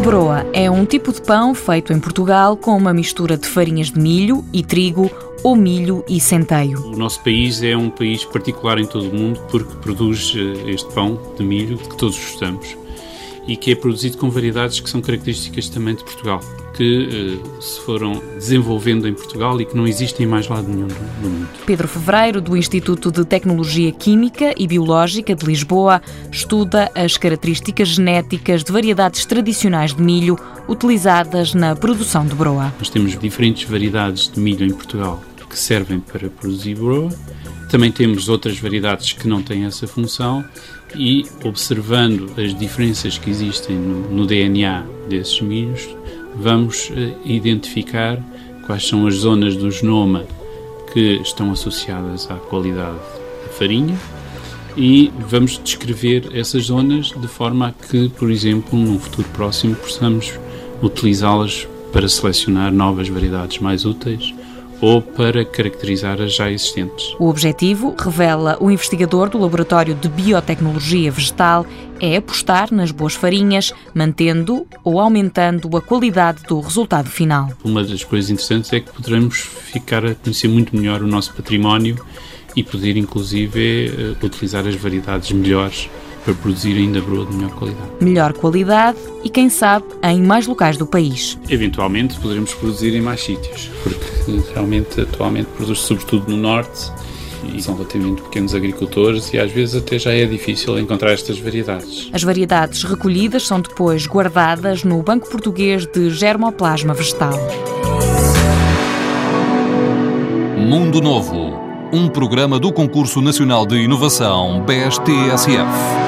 broa é um tipo de pão feito em Portugal com uma mistura de farinhas de milho e trigo ou milho e centeio. O nosso país é um país particular em todo o mundo porque produz este pão de milho que todos gostamos e que é produzido com variedades que são características também de Portugal, que se foram desenvolvendo em Portugal e que não existem em mais lado nenhum do mundo. Pedro Fevereiro, do Instituto de Tecnologia Química e Biológica de Lisboa, estuda as características genéticas de variedades tradicionais de milho utilizadas na produção de broa. Nós temos diferentes variedades de milho em Portugal que servem para produzir broa. Também temos outras variedades que não têm essa função e, observando as diferenças que existem no DNA desses milhos, vamos identificar quais são as zonas do genoma que estão associadas à qualidade da farinha e vamos descrever essas zonas de forma a que, por exemplo, num futuro próximo, possamos utilizá-las para selecionar novas variedades mais úteis ou para caracterizar as já existentes. O objetivo, revela o investigador do Laboratório de Biotecnologia Vegetal, é apostar nas boas farinhas, mantendo ou aumentando a qualidade do resultado final. Uma das coisas interessantes é que poderemos ficar a conhecer muito melhor o nosso património e poder, inclusive, utilizar as variedades melhores para produzir ainda broa de melhor qualidade. Melhor qualidade e, quem sabe, em mais locais do país. Eventualmente poderemos produzir em mais sítios, porque realmente atualmente produz-se sobretudo no norte e são relativamente pequenos agricultores e às vezes até já é difícil encontrar estas variedades. As variedades recolhidas são depois guardadas no Banco Português de Germoplasma Vegetal. Mundo Novo, um programa do Concurso Nacional de Inovação BES-TSF.